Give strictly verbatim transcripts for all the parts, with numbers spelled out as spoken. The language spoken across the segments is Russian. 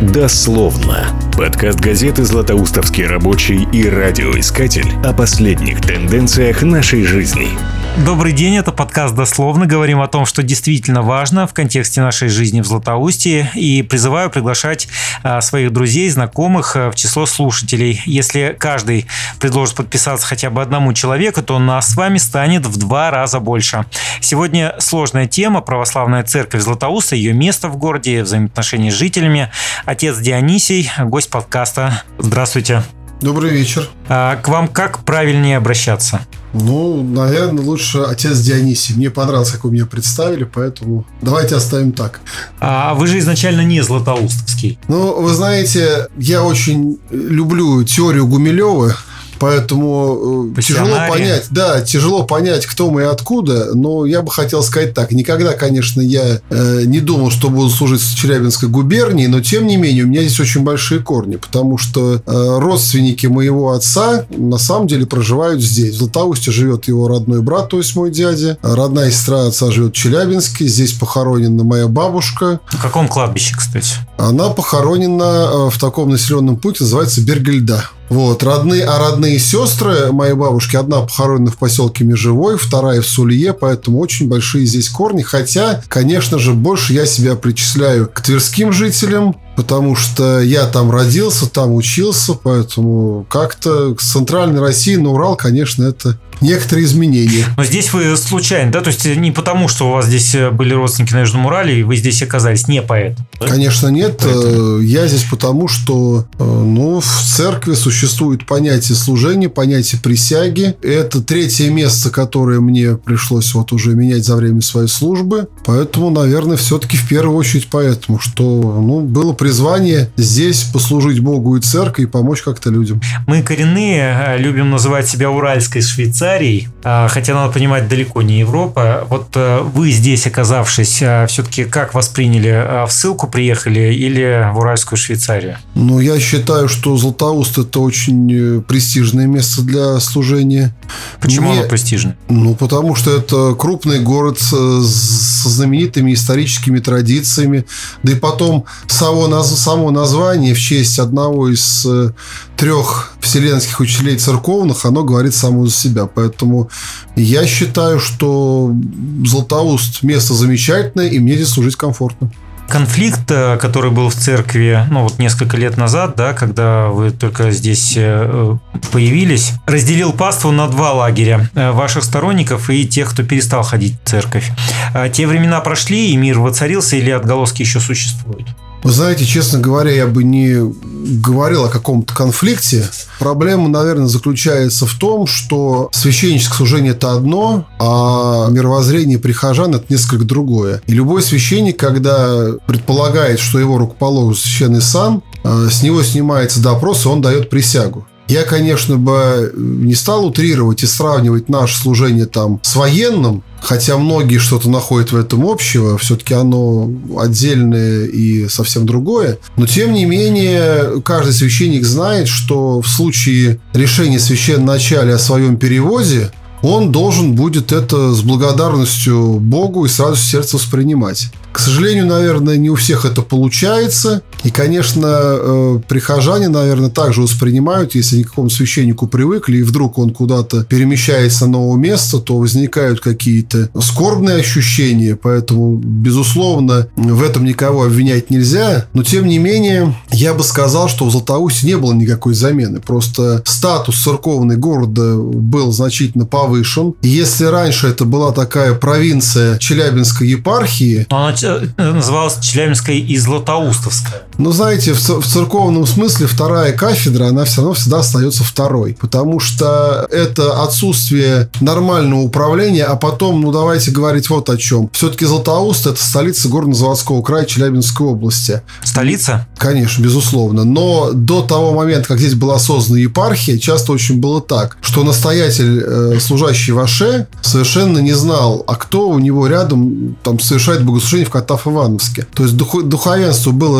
Дословно. Подкаст газеты «Златоустовский рабочий» и радиоискатель о последних тенденциях нашей жизни. Добрый день, это подкаст «Дословно». Говорим о том, что действительно важно в контексте нашей жизни в Златоусте. И призываю приглашать а, своих друзей, знакомых а, в число слушателей. Если каждый предложит подписаться хотя бы одному человеку, то нас с вами станет в два раза больше. Сегодня сложная тема – православная церковь Златоуста, ее место в городе, взаимоотношения с жителями. Отец Дионисий, гость подкаста. Здравствуйте. Добрый вечер. А, к вам как правильнее обращаться? Ну, наверное, лучше отец Дионисий. Мне понравилось, как вы меня представили, поэтому давайте оставим так. А вы же изначально не златоустовский. Ну, вы знаете, я очень люблю теорию Гумилева. Поэтому тяжело понять, да, тяжело понять, кто мы и откуда, но я бы хотел сказать так. Никогда, конечно, я э, не думал, что буду служить в Челябинской губернии, но, тем не менее, у меня здесь очень большие корни, потому что э, родственники моего отца на самом деле проживают здесь. В Златоусте живет его родной брат, то есть мой дядя. Родная сестра отца живет в Челябинске. Здесь похоронена моя бабушка. На каком кладбище, кстати? Она похоронена в таком населенном пункте, называется Бергельда. Вот, родные, а родные сестры моей бабушки, одна похоронена в поселке Межевой, вторая в Сулье, поэтому очень большие здесь корни. Хотя, конечно же, больше я себя причисляю к тверским жителям, потому что я там родился, там учился, поэтому как-то с центральной России на Урал, конечно, это некоторые изменения. Но здесь вы случайно, да? То есть не потому, что у вас здесь были родственники на Южном Урале, и вы здесь оказались, не поэтому? Да? Конечно, нет. Поэтому. Я здесь потому, что ну, в церкви существует понятие служения, понятие присяги. Это третье место, которое мне пришлось вот уже менять за время своей службы. Поэтому, наверное, все-таки в первую очередь поэтому, что ну, было призвание здесь послужить Богу и церкви и помочь как-то людям. Мы коренные, любим называть себя Уральской Швейцарией, хотя, надо понимать, далеко не Европа. Вот вы здесь, оказавшись, все-таки как восприняли? В ссылку приехали или в Уральскую Швейцарию? Ну, я считаю, что Златоуст – это очень престижное место для служения. Почему Мне... оно престижное? Ну, потому что это крупный город со знаменитыми историческими традициями. Да и потом само, само название в честь одного из трех вселенских учителей церковных, оно говорит само за себя. Поэтому я считаю, что Златоуст – место замечательное, и мне здесь служить комфортно. Конфликт, который был в церкви, ну вот несколько лет назад, да, когда вы только здесь появились, разделил паству на два лагеря: ваших сторонников и тех, кто перестал ходить в церковь. Те времена прошли, и мир воцарился, или отголоски еще существуют? Вы знаете, честно говоря, я бы не говорил о каком-то конфликте. Проблема, наверное, заключается в том, что священническое служение – это одно, а мировоззрение прихожан – это несколько другое. И любой священник, когда предполагает, что его рукоположит священный сан, с него снимается допрос, и он дает присягу. Я, конечно, бы не стал утрировать и сравнивать наше служение там с военным, хотя многие что-то находят в этом общего, все-таки оно отдельное и совсем другое. Но, тем не менее, каждый священник знает, что в случае решения священноначалия о своем переводе, он должен будет это с благодарностью Богу и сразу сердце воспринимать. К сожалению, наверное, не у всех это получается. И, конечно, э, прихожане, наверное, также воспринимают, если они к какому-то священнику привыкли, и вдруг он куда-то перемещается на новое место, то возникают какие-то скорбные ощущения. Поэтому, безусловно, в этом никого обвинять нельзя. Но, тем не менее, я бы сказал, что в Златоусте не было никакой замены. Просто статус церковный города был значительно повышен. И если раньше это была такая провинция Челябинской епархии... Но она называлась Челябинская и Златоустовская. Ну, знаете, в, в церковном смысле вторая кафедра, она все равно всегда остается второй. Потому что это отсутствие нормального управления. А потом, ну, давайте говорить вот о чем. Все-таки Златоуст – это столица горно-заводского края Челябинской области. Столица? Конечно, безусловно. Но до того момента, как здесь была создана епархия, часто очень было так, что настоятель, э, служащий в Аше, совершенно не знал, а кто у него рядом там совершает богослужение в Катав-Ивановске. То есть духовенство было запрещено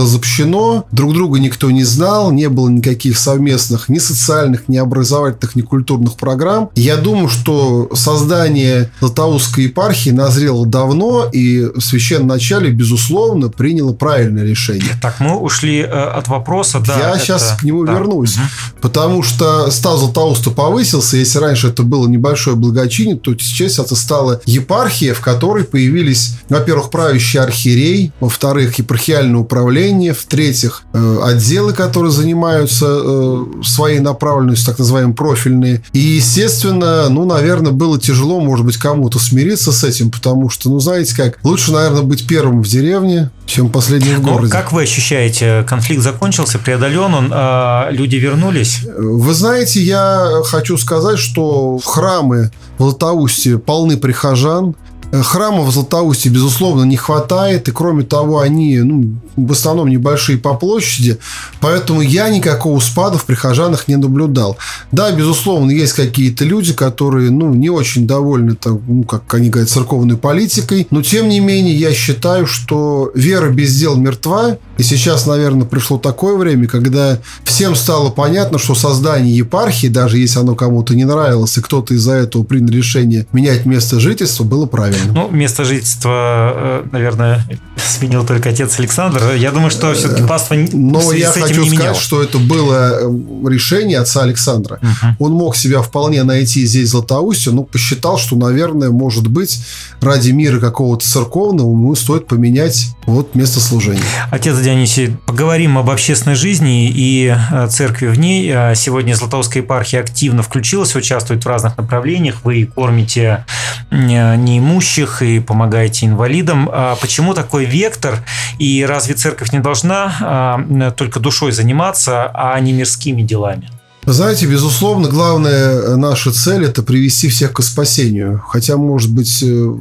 запрещено, друг друга никто не знал, не было никаких совместных ни социальных, ни образовательных, ни культурных программ. Я думаю, что создание Златоустской епархии назрело давно, и священноначалие, безусловно, приняло правильное решение. Так, мы ушли э, от вопроса. Да, Я это... сейчас к нему да. вернусь. Угу. Потому что став Златоуста повысился. Если раньше это было небольшое благочиние, то сейчас это стала епархия, в которой появились, во-первых, правящий архиерей, во-вторых, епархиальное управление, в-третьих, э, отделы, которые занимаются э, своей направленностью, так называемые профильные. И, естественно, ну, наверное, было тяжело, может быть, кому-то смириться с этим, потому что, ну, знаете как, лучше, наверное, быть первым в деревне, чем последним в городе. Ну, как вы ощущаете, конфликт закончился, преодолен он, а люди вернулись? Вы знаете, я хочу сказать, что храмы в Златоусте полны прихожан. Храмов в Златоусте, безусловно, не хватает, и кроме того, они ну, в основном небольшие по площади, поэтому я никакого спада в прихожанах не наблюдал. Да, безусловно, есть какие-то люди, которые ну, не очень довольны, там, ну, как они говорят, церковной политикой, но тем не менее я считаю, что вера без дел мертва, и сейчас, наверное, пришло такое время, когда всем стало понятно, что создание епархии, даже если оно кому-то не нравилось, и кто-то из-за этого принял решение менять место жительства, было правильно. Ну, место жительства, наверное, сменил только отец Александр. Я думаю, что все-таки паства Но с я этим хочу не сказать, менял. что это было решение отца Александра. Угу. Он мог себя вполне найти здесь, в Златоусте, но посчитал, что, наверное, может быть, ради мира какого-то церковного ему стоит поменять вот место служения. Отец Дионисий, поговорим об общественной жизни и церкви в ней. Сегодня Златоустская епархия активно включилась, участвует в разных направлениях. Вы кормите неимущих и помогаете инвалидам. А почему такой вектор? И разве церковь не должна а, только душой заниматься, а не мирскими делами? Знаете, безусловно, главная наша цель – это привести всех к спасению. Хотя, может быть,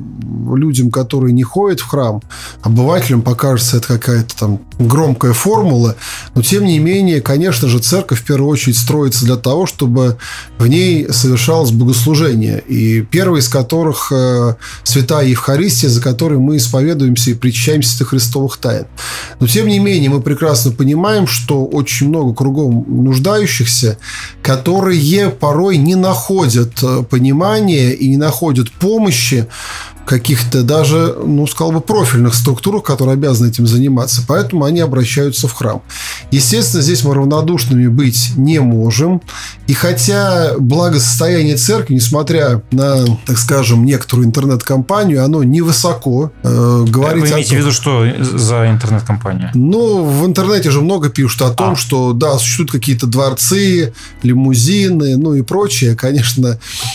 людям, которые не ходят в храм, обывателям покажется это какая-то там громкая формула. Но, тем не менее, конечно же, церковь в первую очередь строится для того, чтобы в ней совершалось богослужение. И первый из которых – Святая Евхаристия, за которой мы исповедуемся и причащаемся Христовых тайн. Но, тем не менее, мы прекрасно понимаем, что очень много кругом нуждающихся, которые порой не находят понимания и не находят помощи каких-то даже, ну, сказал бы, профильных структурах, которые обязаны этим заниматься. Поэтому они обращаются в храм. Естественно, здесь мы равнодушными быть не можем. И хотя благосостояние церкви, несмотря на, так скажем, некоторую интернет-компанию, оно невысоко. Э, говорить Вы имеете о том, в виду, что за интернет-компания? Ну, в интернете же много пишут о том, а. что, да, существуют какие-то дворцы, лимузины, ну и прочее. Конечно,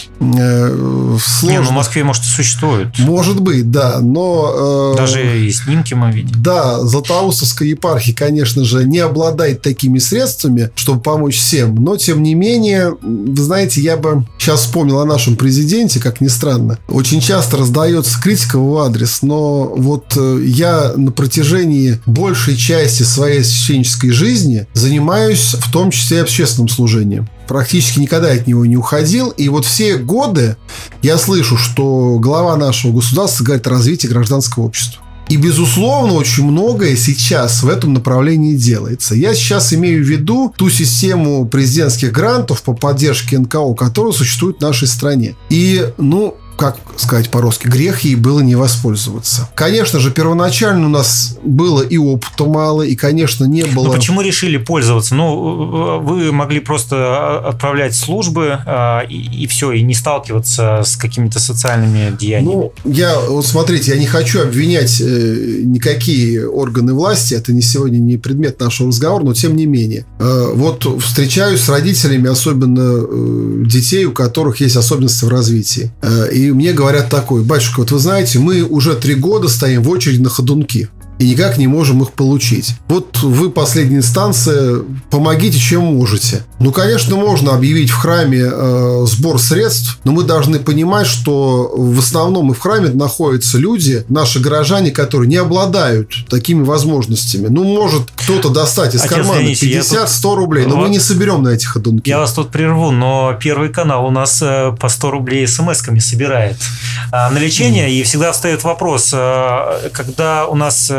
э, сложно. Не, ну в Москве, может, и существует. Может быть, да, но... Э, Даже и снимки мы видим. Да, Златоустовская епархия, конечно же, не обладает такими средствами, чтобы помочь всем, но, тем не менее, вы знаете, я бы сейчас вспомнил о нашем президенте, как ни странно. Очень часто раздается критика в его адрес, но вот я на протяжении большей части своей священнической жизни занимаюсь в том числе и общественным служением. Практически никогда от него не уходил. И вот все годы я слышу, что глава нашего государства говорит о развитии гражданского общества. И, безусловно, очень многое сейчас в этом направлении делается. Я сейчас имею в виду ту систему президентских грантов по поддержке эн ка о, которая существует в нашей стране. И, ну, как сказать по-русски, грех ей было не воспользоваться. Конечно же, первоначально у нас было и опыта мало, и, конечно, не было... Но почему решили пользоваться? Ну, вы могли просто отправлять службы и, и все, и не сталкиваться с какими-то социальными деяниями. Ну, я, вот смотрите, я не хочу обвинять э, никакие органы власти, это не сегодня не предмет нашего разговора, но тем не менее. Э, вот встречаюсь с родителями, особенно э, детей, у которых есть особенности в развитии. Э, и И мне говорят такое: батюшка, вот вы знаете, мы уже три года стоим в очереди на ходунки и никак не можем их получить. Вот вы, последняя инстанция, помогите, чем можете. Ну, конечно, можно объявить в храме э, сбор средств, но мы должны понимать, что в основном и в храме находятся люди, наши горожане, которые не обладают такими возможностями. Ну, может кто-то достать из Отец кармана Дионисий, пятьдесят-сто рублей, но вот мы не соберем на эти ходунки. Я вас тут прерву, но Первый канал у нас по сто рублей смс-ками собирает на лечение, и всегда встает вопрос, когда у нас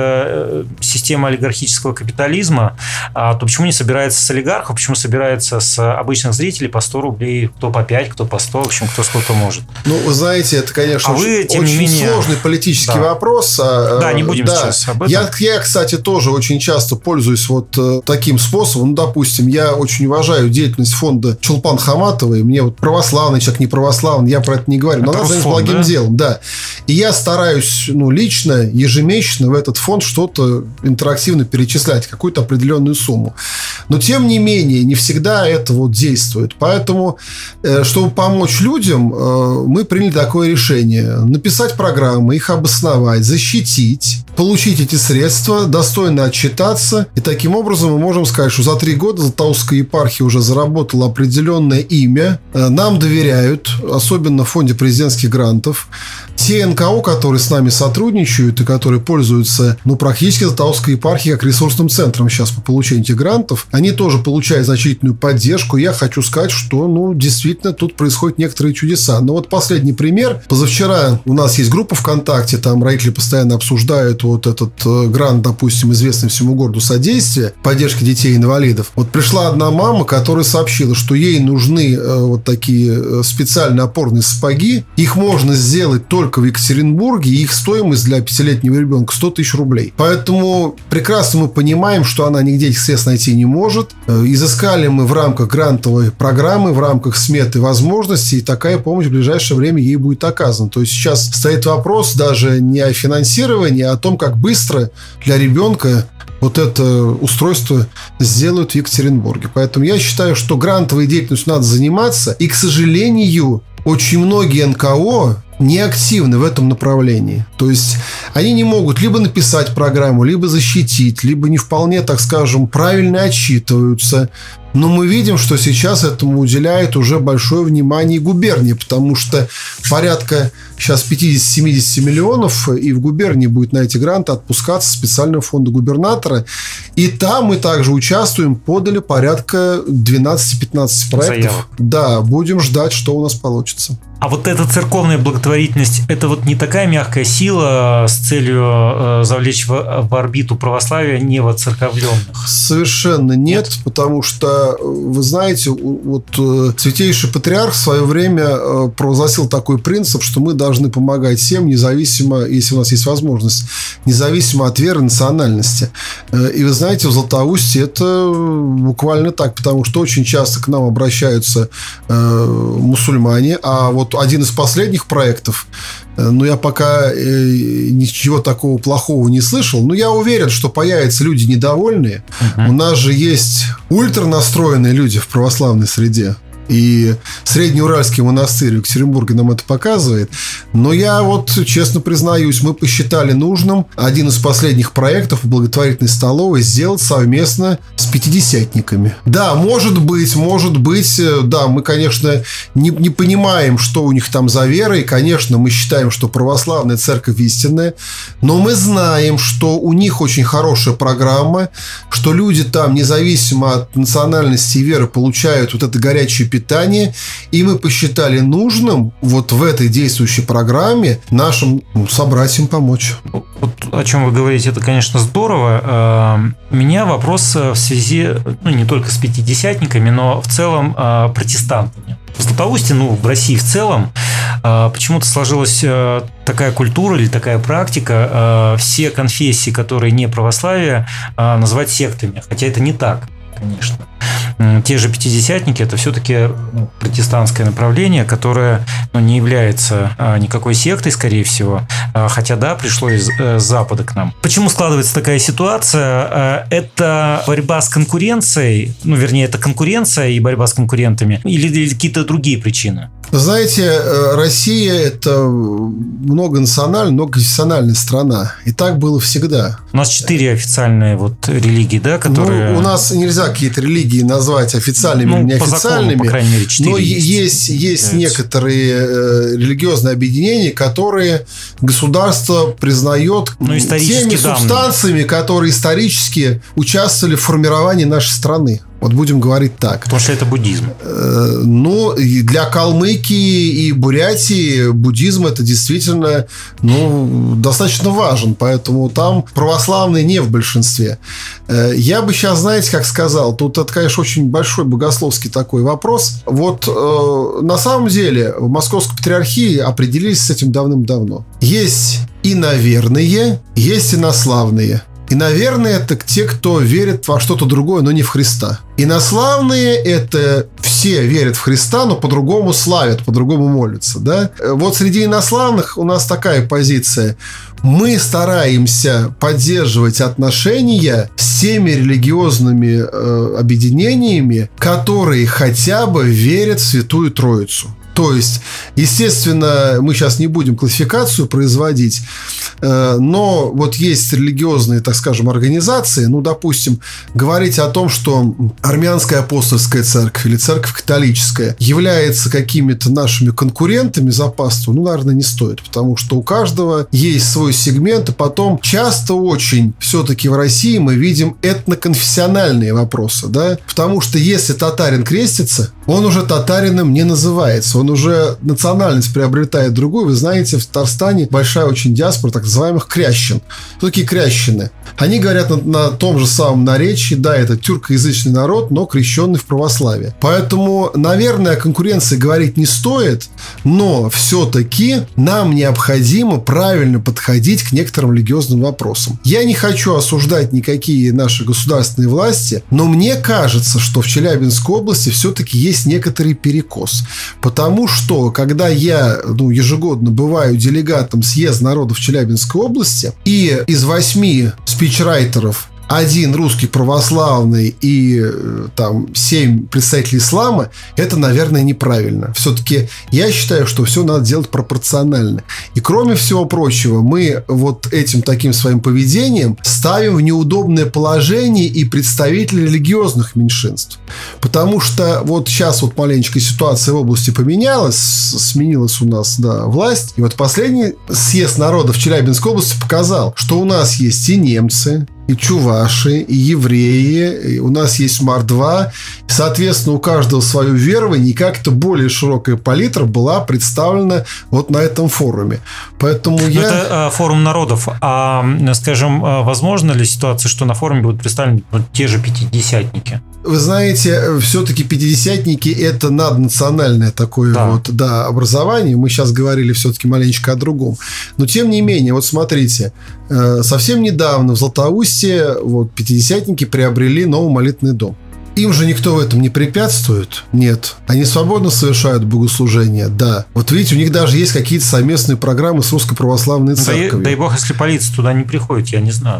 это система олигархического капитализма, то почему не собирается с олигархов, почему собирается с обычных зрителей по сто рублей, кто по пять, кто по сто, в общем, кто сколько может. Ну, вы знаете, это, конечно, а очень, вы, тем очень менее... сложный политический да. вопрос. Да, не будем да. сейчас об этом. Я, я, кстати, тоже очень часто пользуюсь вот таким способом. Ну, допустим, я очень уважаю деятельность фонда Чулпан Хаматовой. Мне вот православный человек, не православный, я про это не говорю. Но это она занимается благим да? делом, да. И я стараюсь, ну, лично, ежемесячно в этот фонд что-то интерактивно перечислять, какую-то определенную сумму. Но, тем не менее, не всегда это вот действует. Поэтому, чтобы помочь людям, мы приняли такое решение. Написать программы, их обосновать, защитить, получить эти средства, достойно отчитаться. И таким образом мы можем сказать, что за три года Златоустская епархия уже заработала определенное имя. Нам доверяют, особенно в фонде президентских грантов. Те эн ка о, которые с нами сотрудничают и которые пользуются, ну, практически Златоустской епархией как ресурсным центром сейчас по получению этих грантов, они тоже получают значительную поддержку. Я хочу сказать, что, ну, действительно, тут происходят некоторые чудеса. Но вот последний пример. Позавчера у нас есть группа ВКонтакте, там родители постоянно обсуждают вот этот э, грант, допустим, известный всему городу «Содействие» поддержки детей-инвалидов. Вот пришла одна мама, которая сообщила, что ей нужны э, вот такие э, специальные опорные сапоги. Их можно сделать только в Екатеринбурге, и их стоимость для пятилетнего ребенка сто тысяч рублей. Поэтому прекрасно мы понимаем, что она нигде этих средств найти не может. Изыскали мы в рамках грантовой программы, в рамках сметы возможностей, и такая помощь в ближайшее время ей будет оказана. То есть сейчас стоит вопрос даже не о финансировании, а о том, как быстро для ребенка вот это устройство сделают в Екатеринбурге. Поэтому я считаю, что грантовой деятельностью надо заниматься. И, к сожалению, очень многие эн ка о не активны в этом направлении. То есть они не могут либо написать программу, либо защитить, либо не вполне, так скажем, правильно отчитываются. Но мы видим, что сейчас этому уделяет уже большое внимание губерния, потому что порядка сейчас пятьдесят-семьдесят миллионов и в губернии будет на эти гранты отпускаться специального фонда губернатора. И там мы также участвуем, подали порядка двенадцать-пятнадцать проектов. Заявок. Да, будем ждать, что у нас получится. А вот эта церковная благотворительность, это вот не такая мягкая сила с целью э, завлечь в, в орбиту православия невоцерковленных? Совершенно нет, нет, потому что, вы знаете, вот Святейший Патриарх в свое время провозгласил такой принцип, что мы должны помогать всем, независимо, если у нас есть возможность, независимо от веры, национальности. И вы знаете, в Златоусте это буквально так, потому что очень часто к нам обращаются э, мусульмане, а вот один из последних проектов, ну, я пока э, ничего такого плохого не слышал, но я уверен, что появятся люди недовольные. Uh-huh. У нас же есть ультранастроенные люди в православной среде. И Среднеуральский монастырь в Екатеринбурге нам это показывает. Но я вот честно признаюсь, мы посчитали нужным один из последних проектов в благотворительной столовой сделать совместно с пятидесятниками. Да, может быть, может быть, да, мы, конечно, не, не понимаем, что у них там за вера, и, конечно, мы считаем, что православная церковь истинная, но мы знаем, что у них очень хорошая программа, что люди там, независимо от национальности и веры, получают вот это горячее питание, питания, и мы посчитали нужным вот в этой действующей программе нашим ну, собратьям помочь. Вот о чем вы говорите, это, конечно, здорово. У меня вопрос в связи, ну, не только с пятидесятниками, но в целом протестантами. В Златоусте, ну, в России в целом, почему-то сложилась такая культура или такая практика все конфессии, которые не православие, называть сектами. Хотя это не так, конечно. Те же пятидесятники – это все-таки ну, протестантское направление, которое ну, не является а, никакой сектой, скорее всего, а, хотя, да, пришло из э, Запада к нам. Почему складывается такая ситуация? А, это борьба с конкуренцией, ну, вернее, это конкуренция и борьба с конкурентами, или, или какие-то другие причины? Знаете, Россия – это многонациональная, многоконфессиональная страна. И так было всегда. У нас четыре официальные вот религии, да, которые… Ну, у нас нельзя какие-то религии назвать официальными ну, или неофициальными. По закону, по крайней мере, четыре но есть, есть некоторые религиозные объединения, которые государство признает ну, теми субстанциями, которые исторически участвовали в формировании нашей страны. Вот будем говорить так. Потому что это буддизм. Ну, для Калмыкии и Бурятии буддизм это действительно, ну, достаточно важен. Поэтому там православные не в большинстве. Я бы сейчас, знаете, как сказал, тут это, конечно, очень большой богословский такой вопрос. Вот на самом деле в Московской патриархии определились с этим давным-давно. Есть иноверные, есть инославные. Иноверные – это те, кто верит во что-то другое, но не в Христа. Инославные – это все верят в Христа, но по-другому славят, по-другому молятся. Да? Вот среди инославных у нас такая позиция. Мы стараемся поддерживать отношения с теми религиозными э, объединениями, которые хотя бы верят в Святую Троицу. То есть, естественно, мы сейчас не будем классификацию производить, но вот есть религиозные, так скажем, организации, ну, допустим, говорить о том, что армянская апостольская церковь или церковь католическая является какими-то нашими конкурентами за паству, ну, наверное, не стоит, потому что у каждого есть свой сегмент, и потом часто очень все-таки в России мы видим этноконфессиональные вопросы, да, потому что если татарин крестится, он уже татарином не называется, он уже национальность приобретает другую. Вы знаете, в Татарстане большая очень диаспора так называемых крящин. Кто такие крящины? Они говорят на, на том же самом наречии, да, это тюркоязычный народ, но крещенный в православие. Поэтому, наверное, о конкуренции говорить не стоит, но все-таки нам необходимо правильно подходить к некоторым религиозным вопросам. Я не хочу осуждать никакие наши государственные власти, но мне кажется, что в Челябинской области все-таки есть некоторый перекос. Потому что, когда я ну, ежегодно бываю делегатом съезда народов Челябинской области, и из восьми спичрайтеров один русский православный и там семь представителей ислама, это, наверное, неправильно. Все-таки я считаю, что все надо делать пропорционально. И кроме всего прочего, мы вот этим таким своим поведением ставим в неудобное положение и представителей религиозных меньшинств. Потому что вот сейчас вот маленечко ситуация в области поменялась, сменилась у нас, да, власть. И вот последний съезд народов Челябинской области показал, что у нас есть и немцы, и чуваши, и евреи, и у нас есть мордва. Соответственно, у каждого свое верование, и как-то более широкая палитра была представлена вот на этом форуме. Поэтому я... Это а, форум народов. А, скажем, возможно ли ситуация, что на форуме будут представлены вот, те же пятидесятники? Вы знаете, все-таки пятидесятники – это наднациональное такое да. вот, да, образование. Мы сейчас говорили все-таки маленечко о другом. Но, тем не менее, вот смотрите, совсем недавно в Златоусте вот, пятидесятники приобрели новый молитвенный дом. Им же никто в этом не препятствует? Нет. Они свободно совершают богослужения? Да. Вот видите, у них даже есть какие-то совместные программы с Русской Православной Церковью. Дай, дай бог, если полиция туда не приходит, я не знаю.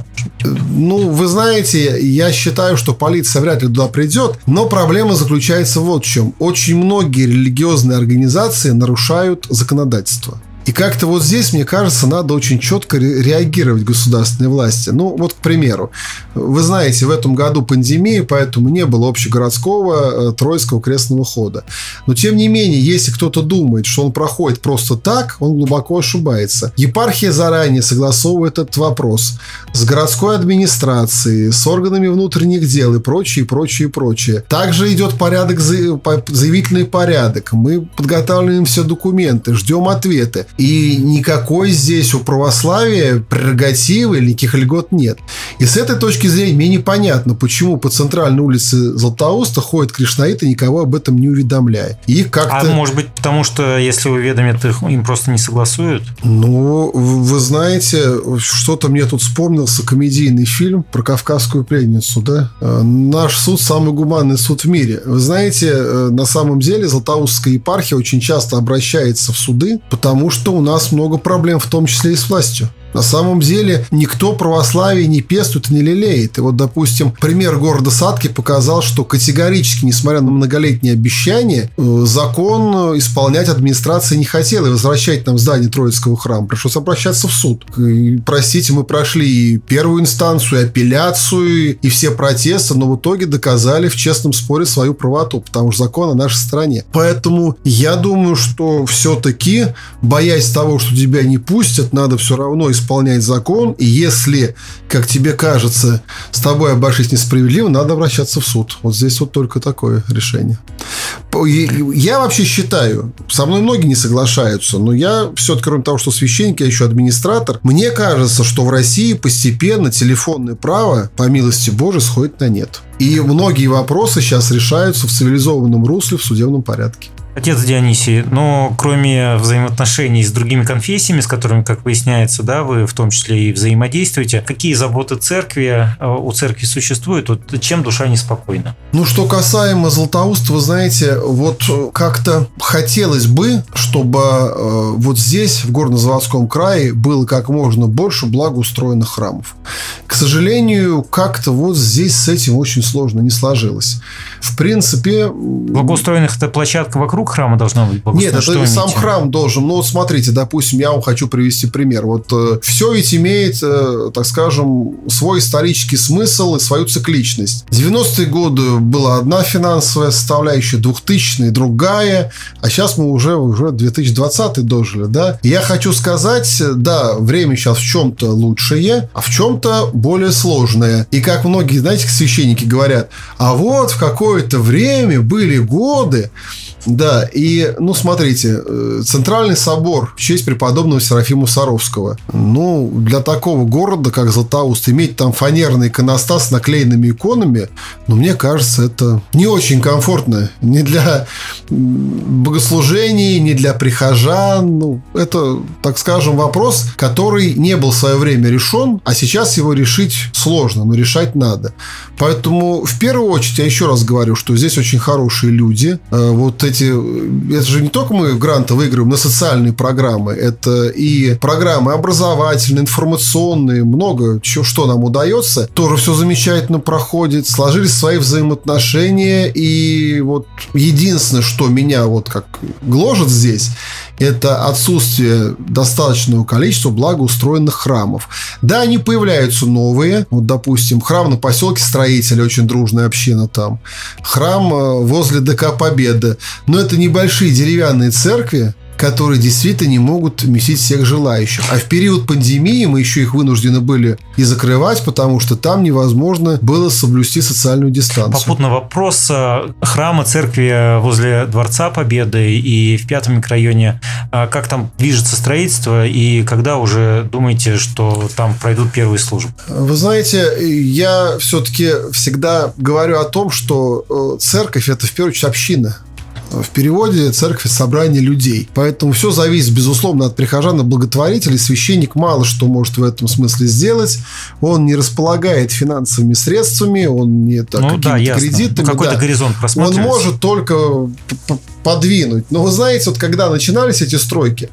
Ну, вы знаете, я считаю, что полиция вряд ли туда придет, но проблема заключается вот в чем. Очень многие религиозные организации нарушают законодательство. И как-то вот здесь, мне кажется, надо очень четко реагировать государственной власти. Ну, вот, к примеру, вы знаете, в этом году пандемия, поэтому не было общегородского Троицкого крестного хода. Но, тем не менее, если кто-то думает, что он проходит просто так, он глубоко ошибается. Епархия заранее согласовывает этот вопрос с городской администрацией, с органами внутренних дел и прочее, и прочее, и прочее. Также идет порядок, заявительный порядок. Мы подготавливаем все документы, ждем ответы. И никакой здесь у православия прерогативы или никаких льгот нет. И с этой точки зрения мне непонятно, почему по центральной улице Златоуста ходят кришнаиты, никого об этом не уведомляя. И как-то... А может быть, потому что если уведомят, их им просто не согласуют? Ну, вы знаете, что-то мне тут вспомнился комедийный фильм про кавказскую пленницу, да? Наш суд самый гуманный суд в мире. Вы знаете, на самом деле Златоустская епархия очень часто обращается в суды, потому что у нас много проблем, в том числе и с властью. На самом деле никто православие не пестует и не лелеет. И вот, допустим, пример города Сатки показал, что категорически, несмотря на многолетние обещания, закон исполнять администрация не хотела и возвращать нам здание Троицкого храма. Пришлось обращаться в суд. И, простите, мы прошли и первую инстанцию, и апелляцию, и все протесты, но в итоге доказали в честном споре свою правоту, потому что закон на нашей стороне. Поэтому я думаю, что все-таки, боясь того, что тебя не пустят, надо все равно исполнять исполнять закон, и если, как тебе кажется, с тобой обошлись несправедливо, надо обращаться в суд. Вот здесь вот только такое решение. Я вообще считаю, со мной многие не соглашаются, но я все-таки, кроме того, что священник, я еще администратор, мне кажется, что в России постепенно телефонное право, по милости Божией, сходит на нет. И многие вопросы сейчас решаются в цивилизованном русле, в судебном порядке. Отец Дионисий, но кроме взаимоотношений с другими конфессиями, с которыми, как выясняется, да, вы в том числе и взаимодействуете, какие заботы церкви у церкви существуют? Вот чем душа неспокойна? Ну, что касаемо Златоуста, вы знаете, вот как-то хотелось бы, чтобы э, вот здесь, в Горно-Заводском крае, было как можно больше благоустроенных храмов. К сожалению, как-то вот здесь с этим очень сложно, не сложилось. В принципе... Благоустроенных – это площадка вокруг храма должна быть благоустроена? Нет, это и сам храм должен. Ну, вот смотрите, допустим, я вам хочу привести пример. Вот э, все ведь имеет, э, так скажем, свой исторический смысл и свою цикличность. В девяностые годы была одна финансовая составляющая, двухтысячные другая, а сейчас мы уже, уже две тысячи двадцатый дожили, да? И я хочу сказать, да, время сейчас в чем-то лучшее, а в чем-то более сложное. И как многие, знаете, священники говорят, а вот в какое-то время были годы, да, и, ну, смотрите, Центральный собор в честь преподобного Серафима Саровского. Ну, для такого города, как Златоуст, иметь там фанерный иконостас с наклеенными иконами, ну, мне кажется, это не очень комфортно. Ни для богослужений, ни для прихожан. Ну, это, так скажем, вопрос, который не был в свое время решен, а сейчас его решить сложно, но решать надо. Поэтому, в первую очередь, я еще раз говорю, что здесь очень хорошие люди. Вот эти это же не только мы гранты выигрываем на социальные программы, это и программы образовательные, информационные, много чего, что нам удается. Тоже все замечательно проходит, сложились свои взаимоотношения, и вот единственное, что меня вот как гложет здесь, это отсутствие достаточного количества благоустроенных храмов. Да, они появляются новые. Вот, допустим, храм на поселке Строителя, очень дружная община там. Храм возле ДК Победа. Но это небольшие деревянные церкви, которые действительно не могут вместить всех желающих. А в период пандемии мы еще их вынуждены были и закрывать, потому что там невозможно было соблюсти социальную дистанцию. Попутно вопрос. Храмы, церкви возле Дворца Победы и в пятом микрорайоне. Как там движется строительство и когда уже думаете, что там пройдут первые службы? Вы знаете, я все-таки всегда говорю о том, что церковь – это в первую очередь община. В переводе церковь – собрание людей. Поэтому все зависит, безусловно, от прихожан и благотворителей. Священник мало что может в этом смысле сделать. Он не располагает финансовыми средствами, он не так, ну, какими-то да, ясно. кредитами. Ну, какой-то да. горизонт просматривается. Он может только подвинуть. Но вы знаете, вот когда начинались эти стройки,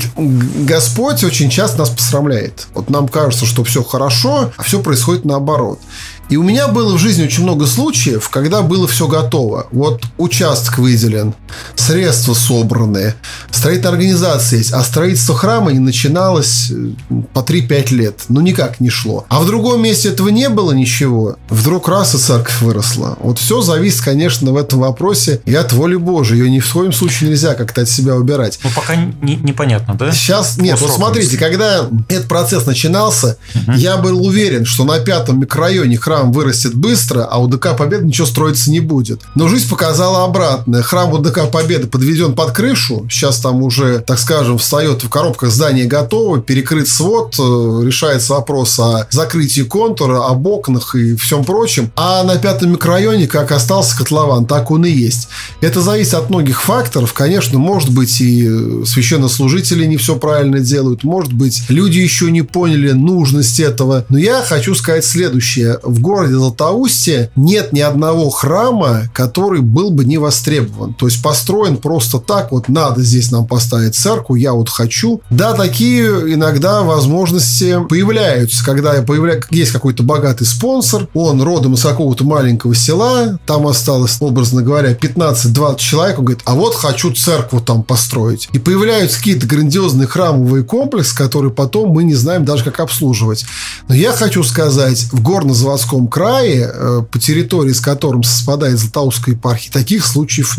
Господь очень часто нас посрамляет. Вот нам кажется, что все хорошо, а все происходит наоборот. И у меня было в жизни очень много случаев, когда было все готово. Вот участок выделен, средства собраны, строительная организация есть, а строительство храма не начиналось по три-пять лет. Ну, никак не шло. А в другом месте этого не было ничего. Вдруг раз и церковь выросла. Вот все зависит, конечно, в этом вопросе и от воли Божией. Ее ни в коем случае нельзя как-то от себя убирать. Ну, пока не, непонятно, да? Сейчас, нет, вот смотрите, когда этот процесс начинался, угу. я был уверен, что на пятом микрорайоне храм вырастет быстро, а у ДК Победы ничего строиться не будет. Но жизнь показала обратное. Храм у ДК Победы подведен под крышу. Сейчас там уже, так скажем, встает в коробках здание готово, перекрыт свод, решается вопрос о закрытии контура, об окнах и всем прочем. А на пятом микрорайоне как остался котлован, так он и есть. Это зависит от многих факторов. Конечно, может быть, и священнослужители не все правильно делают. Может быть, люди еще не поняли нужность этого. Но я хочу сказать следующее. В городе Златоусте нет ни одного храма, который был бы не востребован. То есть построен просто так, вот надо здесь нам поставить церковь, я вот хочу. Да, такие иногда возможности появляются, когда появля... есть какой-то богатый спонсор, он родом из какого-то маленького села, там осталось, образно говоря, пятнадцать-двадцать человек, он говорит, а вот хочу церковь там построить. И появляются какие-то грандиозные храмовые комплексы, которые потом мы не знаем даже как обслуживать. Но я хочу сказать, в Горно-Заводском крае, по территории, с которым совпадает Златоустская епархия, таких случаев нет.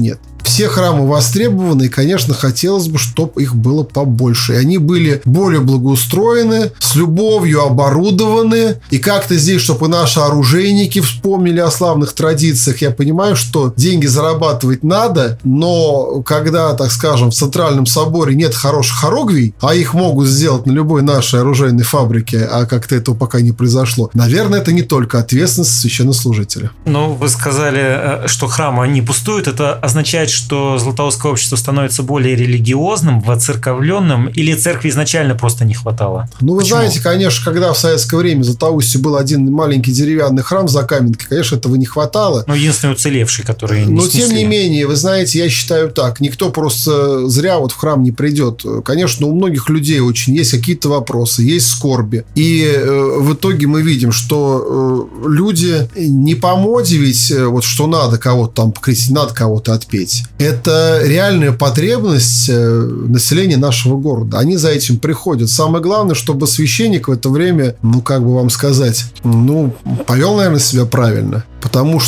Все храмы востребованы, и, конечно, хотелось бы, чтобы их было побольше. И они были более благоустроены, с любовью оборудованы. И как-то здесь, чтобы наши оружейники вспомнили о славных традициях. Я понимаю, что деньги зарабатывать надо, но когда, так скажем, в Центральном соборе нет хороших хоругвий, а их могут сделать на любой нашей оружейной фабрике, а как-то этого пока не произошло, наверное, это не только ответственность священнослужителя. Ну, вы сказали, что храмы не пустуют. Это означает, что Златоустское общество становится более религиозным, воцерковленным, или церкви изначально просто не хватало? Ну, вы Почему? знаете, конечно, когда в советское время в Златоусте был один маленький деревянный храм за Каменкой, конечно, этого не хватало. Ну, единственный уцелевший, который не Но, снесли. тем не менее, вы знаете, я считаю так, никто просто зря вот в храм не придет. Конечно, у многих людей очень есть какие-то вопросы, есть скорби. И э, в итоге мы видим, что э, люди не по моде ведь, э, вот что надо кого-то там покрестить, надо кого-то отпеть. Это реальная потребность э, населения нашего города. Они за этим приходят. Самое главное, чтобы священник в это время, ну, как бы вам сказать, ну, повел, наверное, себя правильно. Потому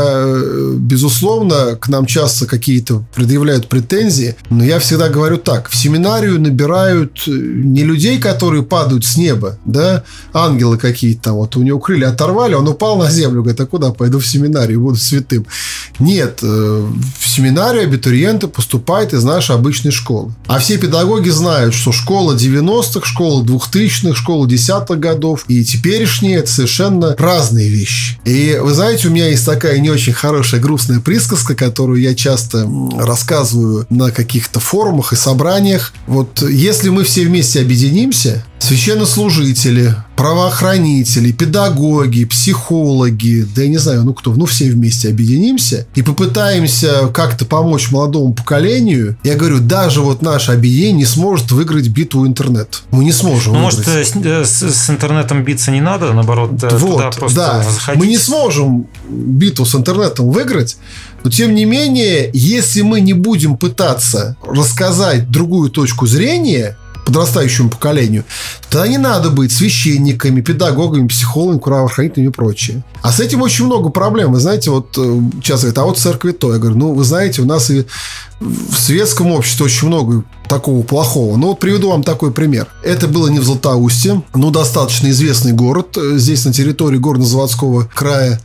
что, безусловно, к нам часто какие-то предъявляют претензии. Но я всегда говорю так. В семинарию набирают не людей, которые падают с неба, да, ангелы какие-то там. Вот у него крылья оторвали, он упал на землю. Говорит, а куда пойду в семинарию, буду святым? Нет. В семинарию абитуриенты поступают из нашей обычной школы. А все педагоги знают, что школа девяностых, школа двухтысячных, школа десятых годов и теперешние – это совершенно разные вещи. И вы знаете, у меня есть такая не очень хорошая грустная присказка, которую я часто рассказываю на каких-то форумах и собраниях. Вот если мы все вместе объединимся, священнослужители, правоохранители, педагоги, психологи, да я не знаю, ну кто, ну все вместе объединимся и попытаемся как-то помочь молодому поколению, я говорю, даже вот наше объединение не сможет выиграть битву интернет. Мы не сможем ну, выиграть. Может, с, с интернетом биться не надо, наоборот, вот, туда просто да. заходить. Мы не сможем битву с интернетом выиграть, но тем не менее, если мы не будем пытаться рассказать другую точку зрения подрастающему поколению, тогда не надо быть священниками, педагогами, психологами, правоохранителями и прочее. А с этим очень много проблем. Вы знаете, вот часто говорят, а вот церкви то. Я говорю, ну, вы знаете, у нас и в светском обществе очень много такого плохого. Ну, вот приведу вам такой пример. Это было не в Златоусте, но достаточно известный город, здесь на территории Горно-Заводского края.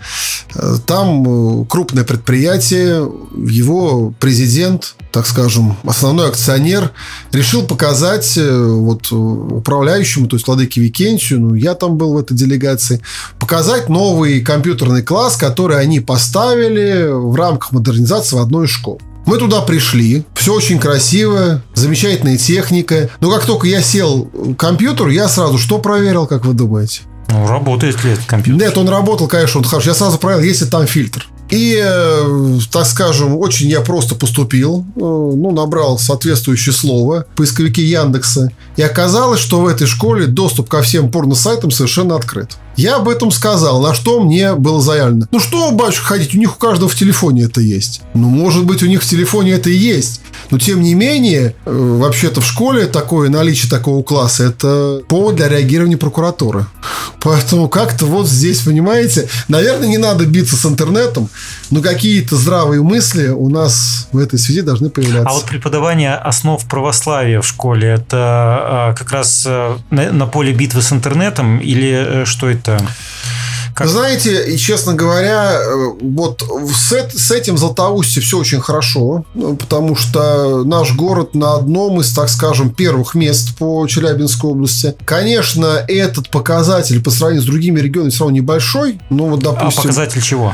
Там крупное предприятие, его президент, так скажем, основной акционер, решил показать вот управляющему, то есть владыке Викентию, ну, я там был в этой делегации, показать новый компьютерный класс, который они поставили в рамках модернизации в одной из школ. Мы туда пришли, все очень красиво, замечательная техника. Но как только я сел к компьютеру, я сразу что проверил, как вы думаете? Ну, работает ли этот компьютер? Нет, он работал, конечно, он хорошо. Я сразу проверил, есть ли там фильтр. И, так скажем, очень я просто поступил, ну, набрал соответствующее слово в поисковике Яндекса, и оказалось, что в этой школе доступ ко всем порно-сайтам совершенно открыт. Я об этом сказал, на что мне было заявлено. Ну что, батюшка, ходить, у них у каждого в телефоне это есть. Ну, может быть, у них в телефоне это и есть. Но, тем не менее, вообще-то в школе такое наличие такого класса – это повод для реагирования прокуратуры. Поэтому как-то вот здесь, понимаете, наверное, не надо биться с интернетом, но какие-то здравые мысли у нас в этой связи должны появляться. А вот преподавание основ православия в школе – это как раз на поле битвы с интернетом или что это? Как? Знаете, и честно говоря, вот с, с этим в Златоусте все очень хорошо, потому что наш город на одном из, так скажем, первых мест по Челябинской области. Конечно, этот показатель по сравнению с другими регионами все равно небольшой. Но вот, допустим, а показатель чего?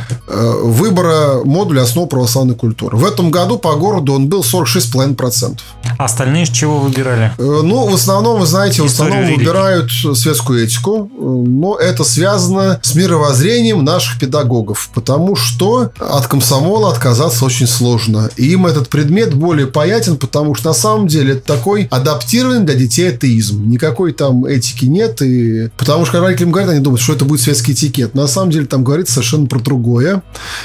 Выбора модуля основ православной культуры. В этом году по городу он был сорок шесть целых пять десятых процента. А остальные с чего выбирали? Ну, в основном, вы знаете, в Историю основном религии. выбирают светскую этику, но это связано с мировоззрением наших педагогов, потому что от комсомола отказаться очень сложно. И им этот предмет более понятен, потому что на самом деле это такой адаптированный для детей атеизм. Никакой там этики нет. И... Потому что когда родителям говорят, они думают, что это будет светский этикет. На самом деле там говорится совершенно про другое.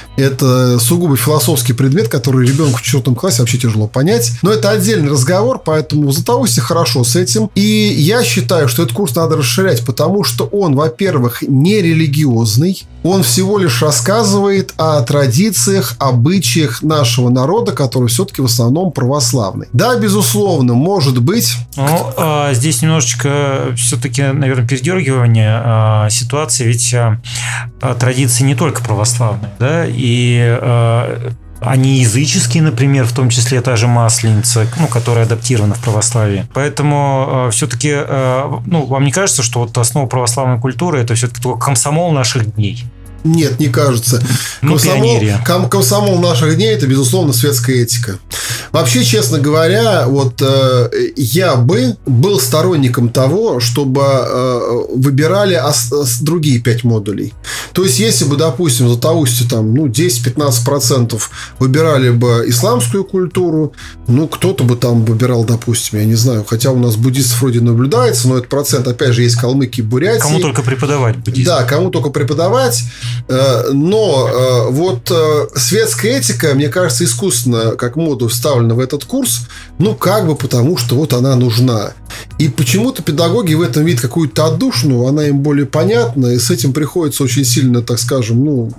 Это сугубо философский предмет, который ребенку в четвертом классе вообще тяжело понять. Но это отдельный разговор, поэтому в Златоусте хорошо с этим. И я считаю, что этот курс надо расширять, потому что он, во-первых, не религиозный, религиозный. Он всего лишь рассказывает о традициях, обычаях нашего народа, который все-таки в основном православный. Да, безусловно, может быть... Ну, а, здесь немножечко все-таки, наверное, передергивание а, ситуации, ведь а, традиции не только православные, да, и... А, они языческие, например, в том числе та же Масленица, ну, которая адаптирована в православии. Поэтому э, все-таки, э, ну, вам не кажется, что вот основа православной культуры – это все-таки только комсомол наших дней? Нет, не кажется. Ну, комсомол, ком, комсомол наших дней – это, безусловно, светская этика. Вообще, честно говоря, вот э, я бы был сторонником того, чтобы э, выбирали ос, ос, другие пять модулей. То есть, если бы, допустим, в Златоусте там, ну, десять-пятнадцать процентов выбирали бы исламскую культуру, ну, кто-то бы там выбирал, допустим, я не знаю, хотя у нас буддистов вроде наблюдается, но этот процент, опять же, есть Калмыкии, Бурятии. Кому только преподавать буддизм. Да, кому только преподавать. Но вот светская этика, мне кажется, искусственно, как модуль вставлена в этот курс, ну, как бы потому, что вот она нужна. И почему-то педагоги в этом видят какую-то отдушину, она им более понятна, и с этим приходится очень сильно, так скажем, ну...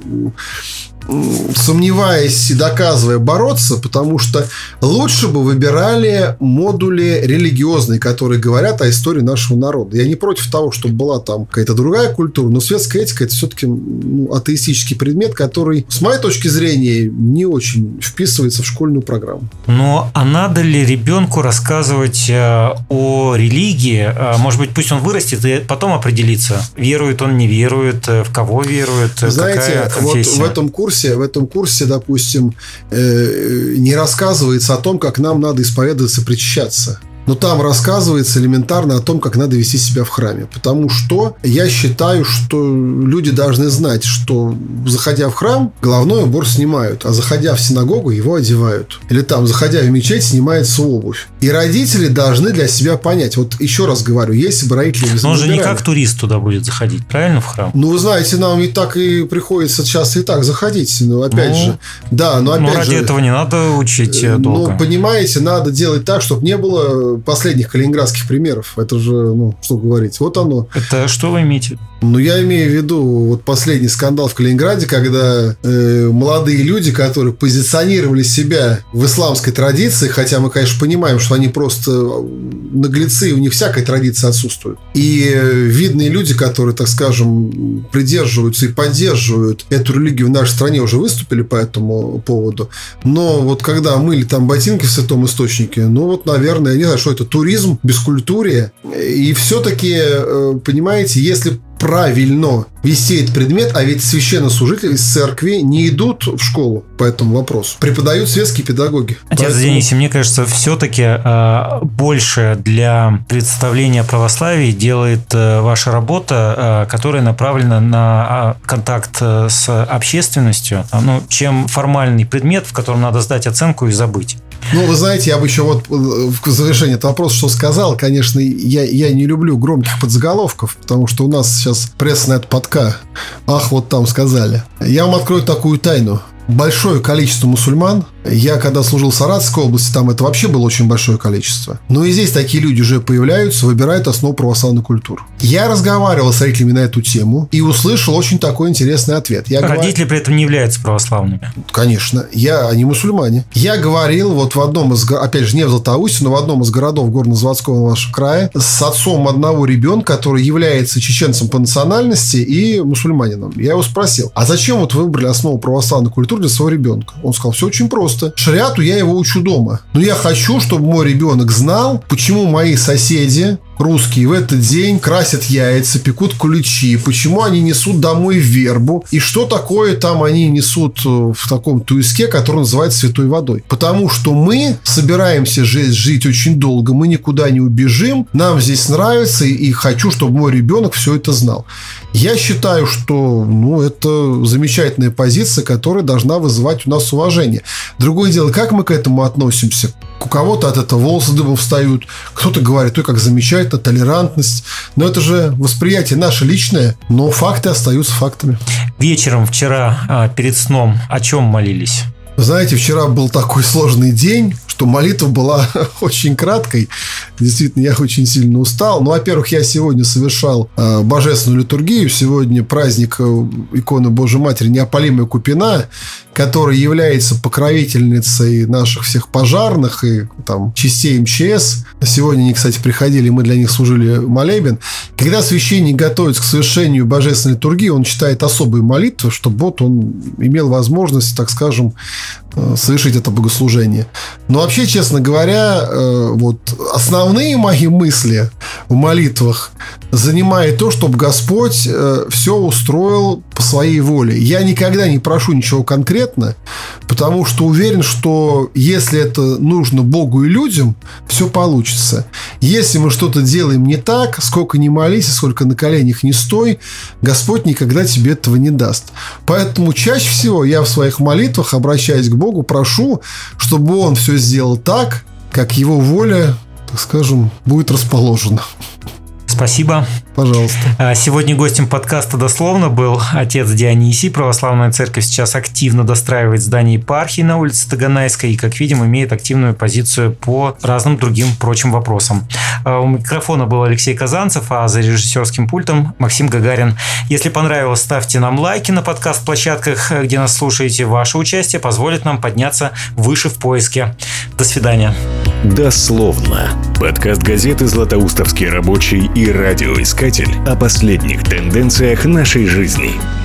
сомневаясь и доказывая, бороться, потому что лучше бы выбирали модули религиозные, которые говорят о истории нашего народа. Я не против того, чтобы была там какая-то другая культура, но светская этика – это все-таки, ну, атеистический предмет, который, с моей точки зрения, не очень вписывается в школьную программу. Но а надо ли ребенку рассказывать о религии? Может быть, пусть он вырастет и потом определится, верует он, не верует, в кого верует, знаете, какая конфессия? Вот в этом курсе В этом курсе, допустим, э, не рассказывается о том, как нам надо исповедоваться, причащаться. Но там рассказывается элементарно о том, как надо вести себя в храме. Потому что я считаю, что люди должны знать, что, заходя в храм, головной убор снимают, а заходя в синагогу, его одевают. Или там, заходя в мечеть, снимается обувь. И родители должны для себя понять. Вот еще раз говорю, если бы родители... Но он же не как турист туда будет заходить, правильно, в храм? Ну, вы знаете, нам и так и приходится часто и так заходить. Но опять ну, же... Да, но опять ну, ради же, этого не надо учить долго. Ну, понимаете, надо делать так, чтобы не было последних калининградских примеров. Это же, ну, что говорить. Вот оно. Это что вы имеете? Ну, я имею в виду вот последний скандал в Калининграде, когда э, молодые люди, которые позиционировали себя в исламской традиции, хотя мы, конечно, понимаем, что они просто наглецы, и у них всякая традиция отсутствует. И э, видные люди, которые, так скажем, придерживаются и поддерживают эту религию в нашей стране, уже выступили по этому поводу. Но вот когда мыли там ботинки в Святом Источнике, ну вот, наверное, я не знаю, что это, туризм, бескультурие. И все-таки, э, понимаете, если правильно вести этот предмет, а ведь священнослужители из церкви не идут в школу по этому вопросу. Преподают светские педагоги. Отец Поэтому... Денис, мне кажется, все-таки э, больше для представления православия делает э, ваша работа, э, которая направлена на э, контакт э, с общественностью, э, ну, чем формальный предмет, в котором надо сдать оценку и забыть. Ну, вы знаете, я бы еще вот в завершение этого вопроса что сказал. Конечно, я, я не люблю громких подзаголовков, потому что у нас сейчас пресса на это подка. Ах, вот там сказали. Я вам открою такую тайну. Большое количество мусульман, я когда служил в Саратовской области, там это вообще было очень большое количество. Но и здесь такие люди уже появляются, выбирают основу православной культуры. Я разговаривал с родителями на эту тему и услышал очень такой интересный ответ. Я Родители говор... при этом не являются православными. Конечно. Я, они мусульмане. Я говорил вот в одном из, опять же, не в Златоусте, но в одном из городов Горно-Заводского нашего края с отцом одного ребенка, который является чеченцем по национальности и мусульманином. Я его спросил, а зачем вот вы выбрали основу православной культуры для своего ребенка? Он сказал, все очень просто. Шариату я его учу дома. Но я хочу, чтобы мой ребенок знал, почему мои соседи русские в этот день красят яйца, пекут куличи, почему они несут домой вербу, и что такое там они несут в таком туиске, который называется святой водой. Потому что мы собираемся жить, жить очень долго, мы никуда не убежим, нам здесь нравится, и, и хочу, чтобы мой ребенок все это знал. Я считаю, что ну, это замечательная позиция, которая должна вызывать у нас уважение. Другое дело, как мы к этому относимся? У кого-то от этого волосы дыбом встают, кто-то говорит, ой, как замечательно, толерантность. Но это же восприятие наше личное, но факты остаются фактами. Вечером вчера перед сном о чем молились? Знаете, вчера был такой сложный день, что что молитва была очень краткой. Действительно, я очень сильно устал. Ну, во-первых, я сегодня совершал э, божественную литургию. Сегодня праздник э, иконы Божьей Матери Неопалимая Купина, которая является покровительницей наших всех пожарных и там частей эм че эс. Сегодня они, кстати, приходили, мы для них служили молебен. Когда священник готовится к совершению божественной литургии, он читает особые молитвы, чтобы вот он имел возможность, так скажем, совершить это богослужение. Но вообще, честно говоря, вот основные мои мысли в молитвах занимает то, чтобы Господь все устроил по своей воле. Я никогда не прошу ничего конкретно, потому что уверен, что если это нужно Богу и людям, все получится. Если мы что-то делаем не так, сколько ни молись, сколько на коленях не стой, Господь никогда тебе этого не даст. Поэтому чаще всего я в своих молитвах, обращаясь к Богу, прошу, чтобы Он все сделал так, как Его воля, так скажем, будет расположена. Спасибо. Пожалуйста. Сегодня гостем подкаста «Дословно» был отец Дионисий. Православная церковь сейчас активно достраивает здание епархии на улице Таганайской и, как видим, имеет активную позицию по разным другим прочим вопросам. У микрофона был Алексей Казанцев, а за режиссерским пультом Максим Гагарин. Если понравилось, ставьте нам лайки на подкаст-площадках, где нас слушаете. Ваше участие позволит нам подняться выше в поиске. До свидания. «Дословно». Подкаст газеты «Златоустовский рабочий» и радиоискатель о последних тенденциях нашей жизни.